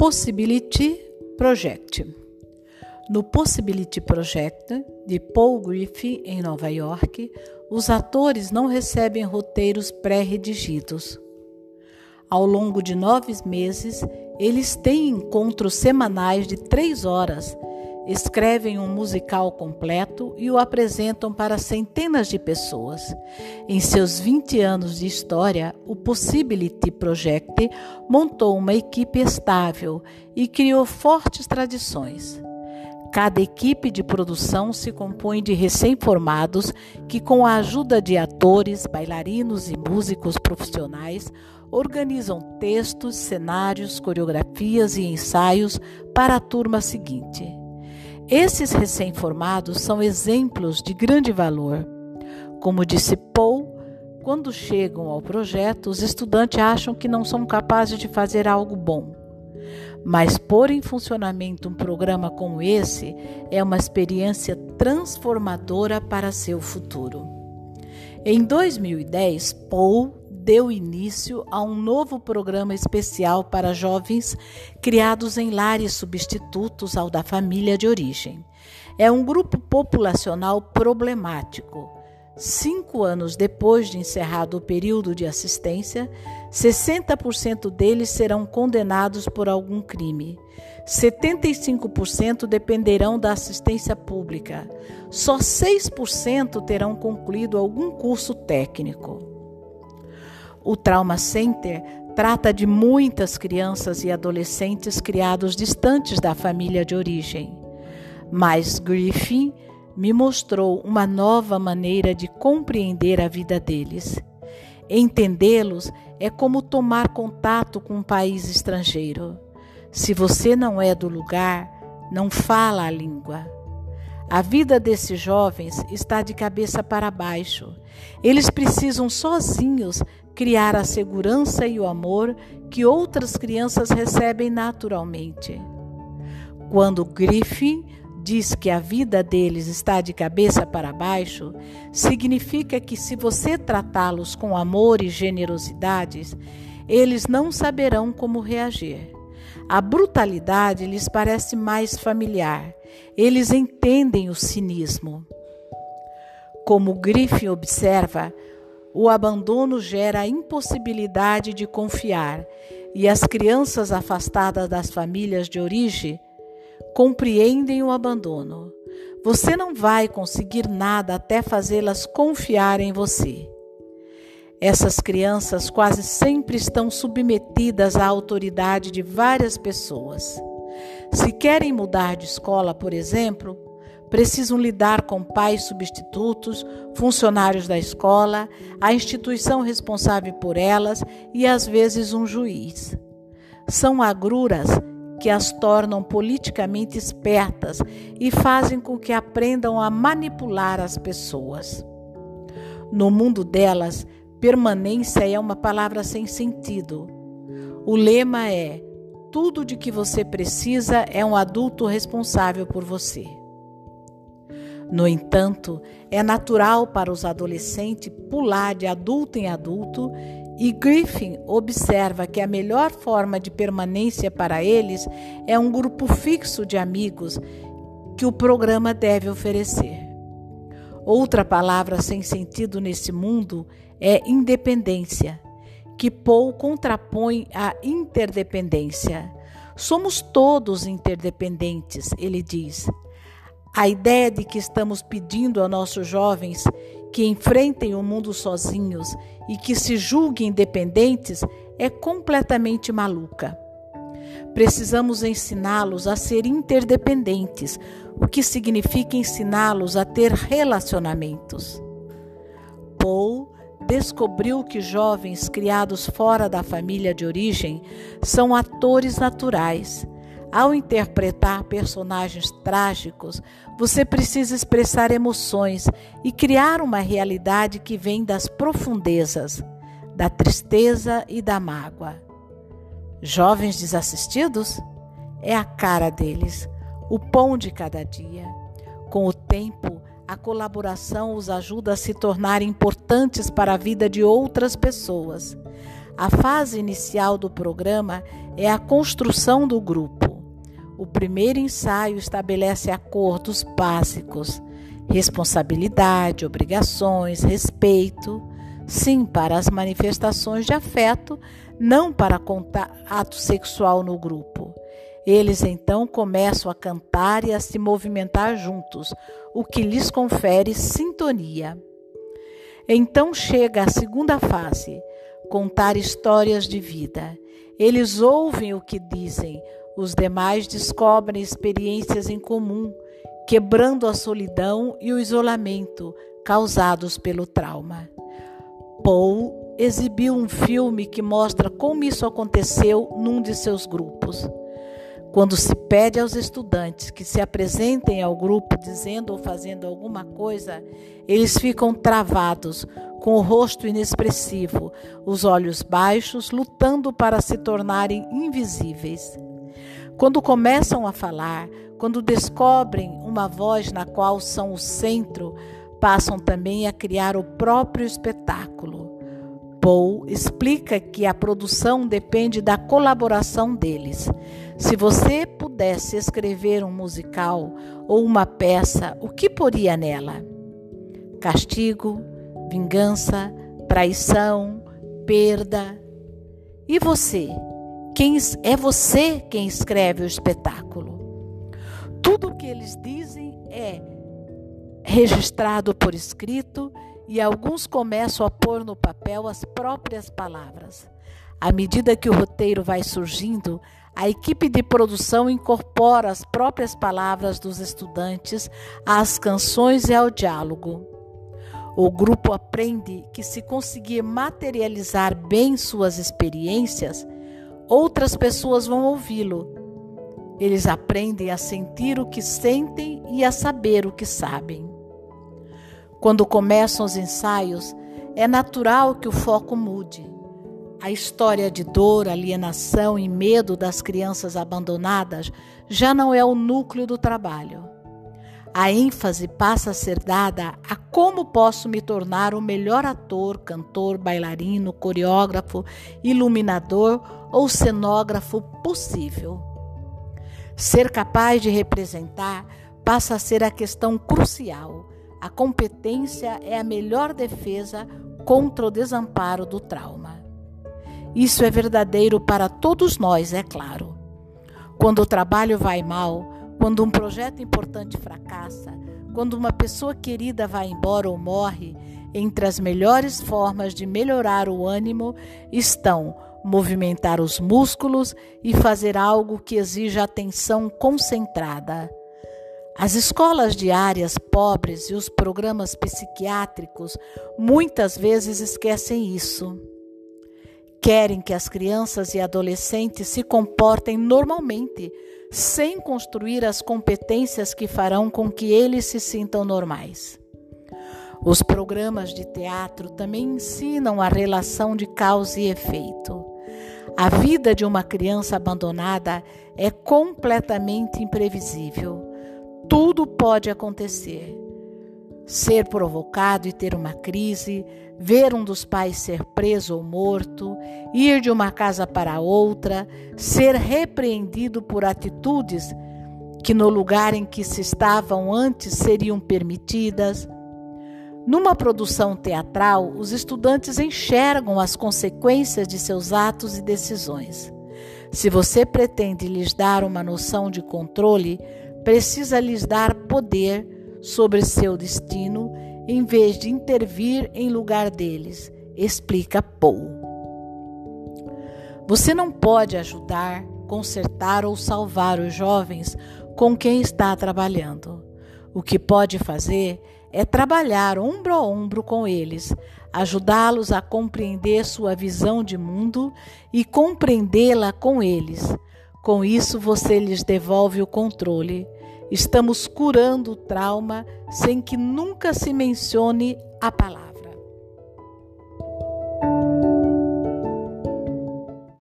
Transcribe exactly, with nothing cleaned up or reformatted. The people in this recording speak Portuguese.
Possibility Project. No Possibility Project, de Paul Griffin, em Nova York, os atores não recebem roteiros pré-redigidos. Ao longo de nove meses, eles têm encontros semanais de três horas, escrevem um musical completo e o apresentam para centenas de pessoas. Em seus vinte anos de história, o Possibility Project montou uma equipe estável e criou fortes tradições. Cada equipe de produção se compõe de recém-formados que, com a ajuda de atores, bailarinos e músicos profissionais, organizam textos, cenários, coreografias e ensaios para a turma seguinte. Esses recém-formados são exemplos de grande valor. Como disse Paul, quando chegam ao projeto, os estudantes acham que não são capazes de fazer algo bom. Mas pôr em funcionamento um programa como esse é uma experiência transformadora para seu futuro. Em dois mil e dez, Paul deu início a um novo programa especial para jovens criados em lares substitutos ao da família de origem. É um grupo populacional problemático. Cinco anos depois de encerrado o período de assistência, sessenta por cento deles serão condenados por algum crime. setenta e cinco por cento dependerão da assistência pública. Só seis por cento terão concluído algum curso técnico. O Trauma Center trata de muitas crianças e adolescentes criados distantes da família de origem. Mas Griffin me mostrou uma nova maneira de compreender a vida deles. Entendê-los é como tomar contato com um país estrangeiro. Se você não é do lugar, não fala a língua. A vida desses jovens está de cabeça para baixo. Eles precisam sozinhos criar a segurança e o amor que outras crianças recebem naturalmente. Quando Griffin diz que a vida deles está de cabeça para baixo, significa que se você tratá-los com amor e generosidade, eles não saberão como reagir. A brutalidade lhes parece mais familiar. Eles entendem o cinismo. Como Griffin observa, o abandono gera a impossibilidade de confiar, e as crianças afastadas das famílias de origem compreendem o abandono. Você não vai conseguir nada até fazê-las confiar em você. Essas crianças quase sempre estão submetidas à autoridade de várias pessoas. Se querem mudar de escola, por exemplo, precisam lidar com pais substitutos, funcionários da escola, a instituição responsável por elas e, às vezes, um juiz. São agruras que as tornam politicamente espertas e fazem com que aprendam a manipular as pessoas. No mundo delas, permanência é uma palavra sem sentido. O lema é: tudo de que você precisa é um adulto responsável por você. No entanto, é natural para os adolescentes pular de adulto em adulto, e Griffin observa que a melhor forma de permanência para eles é um grupo fixo de amigos que o programa deve oferecer. Outra palavra sem sentido nesse mundo é independência, que Paul contrapõe à interdependência. Somos todos interdependentes, ele diz. A ideia de que estamos pedindo a nossos jovens que enfrentem o mundo sozinhos e que se julguem independentes é completamente maluca. Precisamos ensiná-los a ser interdependentes, o que significa ensiná-los a ter relacionamentos. Paul descobriu que jovens criados fora da família de origem são atores naturais. Ao interpretar personagens trágicos, você precisa expressar emoções e criar uma realidade que vem das profundezas, da tristeza e da mágoa. Jovens desassistidos? É a cara deles, o pão de cada dia. Com o tempo, a colaboração os ajuda a se tornar importantes para a vida de outras pessoas. A fase inicial do programa é a construção do grupo. O primeiro ensaio estabelece acordos básicos, responsabilidade, obrigações, respeito, sim, para as manifestações de afeto, não para contato sexual no grupo. Eles então começam a cantar e a se movimentar juntos, o que lhes confere sintonia. Então chega a segunda fase, contar histórias de vida. Eles ouvem o que dizem, os demais descobrem experiências em comum, quebrando a solidão e o isolamento causados pelo trauma. Paul exibiu um filme que mostra como isso aconteceu num de seus grupos. Quando se pede aos estudantes que se apresentem ao grupo dizendo ou fazendo alguma coisa, eles ficam travados, com o rosto inexpressivo, os olhos baixos, lutando para se tornarem invisíveis. Quando começam a falar, quando descobrem uma voz na qual são o centro, passam também a criar o próprio espetáculo. Paul explica que a produção depende da colaboração deles. Se você pudesse escrever um musical ou uma peça, o que poria nela? Castigo, vingança, traição, perda. E você? Quem é você quem escreve o espetáculo? Tudo o que eles dizem é registrado por escrito e alguns começam a pôr no papel as próprias palavras. À medida que o roteiro vai surgindo, a equipe de produção incorpora as próprias palavras dos estudantes às canções e ao diálogo. O grupo aprende que, se conseguir materializar bem suas experiências, outras pessoas vão ouvi-lo. Eles aprendem a sentir o que sentem e a saber o que sabem. Quando começam os ensaios, é natural que o foco mude. A história de dor, alienação e medo das crianças abandonadas já não é o núcleo do trabalho. A ênfase passa a ser dada a como posso me tornar o melhor ator, cantor, bailarino, coreógrafo, iluminador ou cenógrafo possível. Ser capaz de representar passa a ser a questão crucial. A competência é a melhor defesa contra o desamparo do trauma. Isso é verdadeiro para todos nós, é claro. Quando o trabalho vai mal, quando um projeto importante fracassa, quando uma pessoa querida vai embora ou morre, entre as melhores formas de melhorar o ânimo estão movimentar os músculos e fazer algo que exija atenção concentrada. As escolas de áreas pobres e os programas psiquiátricos muitas vezes esquecem isso. Querem que as crianças e adolescentes se comportem normalmente, sem construir as competências que farão com que eles se sintam normais. Os programas de teatro também ensinam a relação de causa e efeito. A vida de uma criança abandonada é completamente imprevisível. Tudo pode acontecer. Ser provocado e ter uma crise, ver um dos pais ser preso ou morto, ir de uma casa para outra, ser repreendido por atitudes que no lugar em que se estavam antes seriam permitidas. Numa produção teatral, os estudantes enxergam as consequências de seus atos e decisões. Se você pretende lhes dar uma noção de controle, precisa lhes dar poder sobre seu destino, em vez de intervir em lugar deles, explica Paul. Você não pode ajudar, consertar ou salvar os jovens com quem está trabalhando. O que pode fazer é trabalhar ombro a ombro com eles, ajudá-los a compreender sua visão de mundo e compreendê-la com eles. Com isso, você lhes devolve o controle. Estamos curando o trauma sem que nunca se mencione a palavra.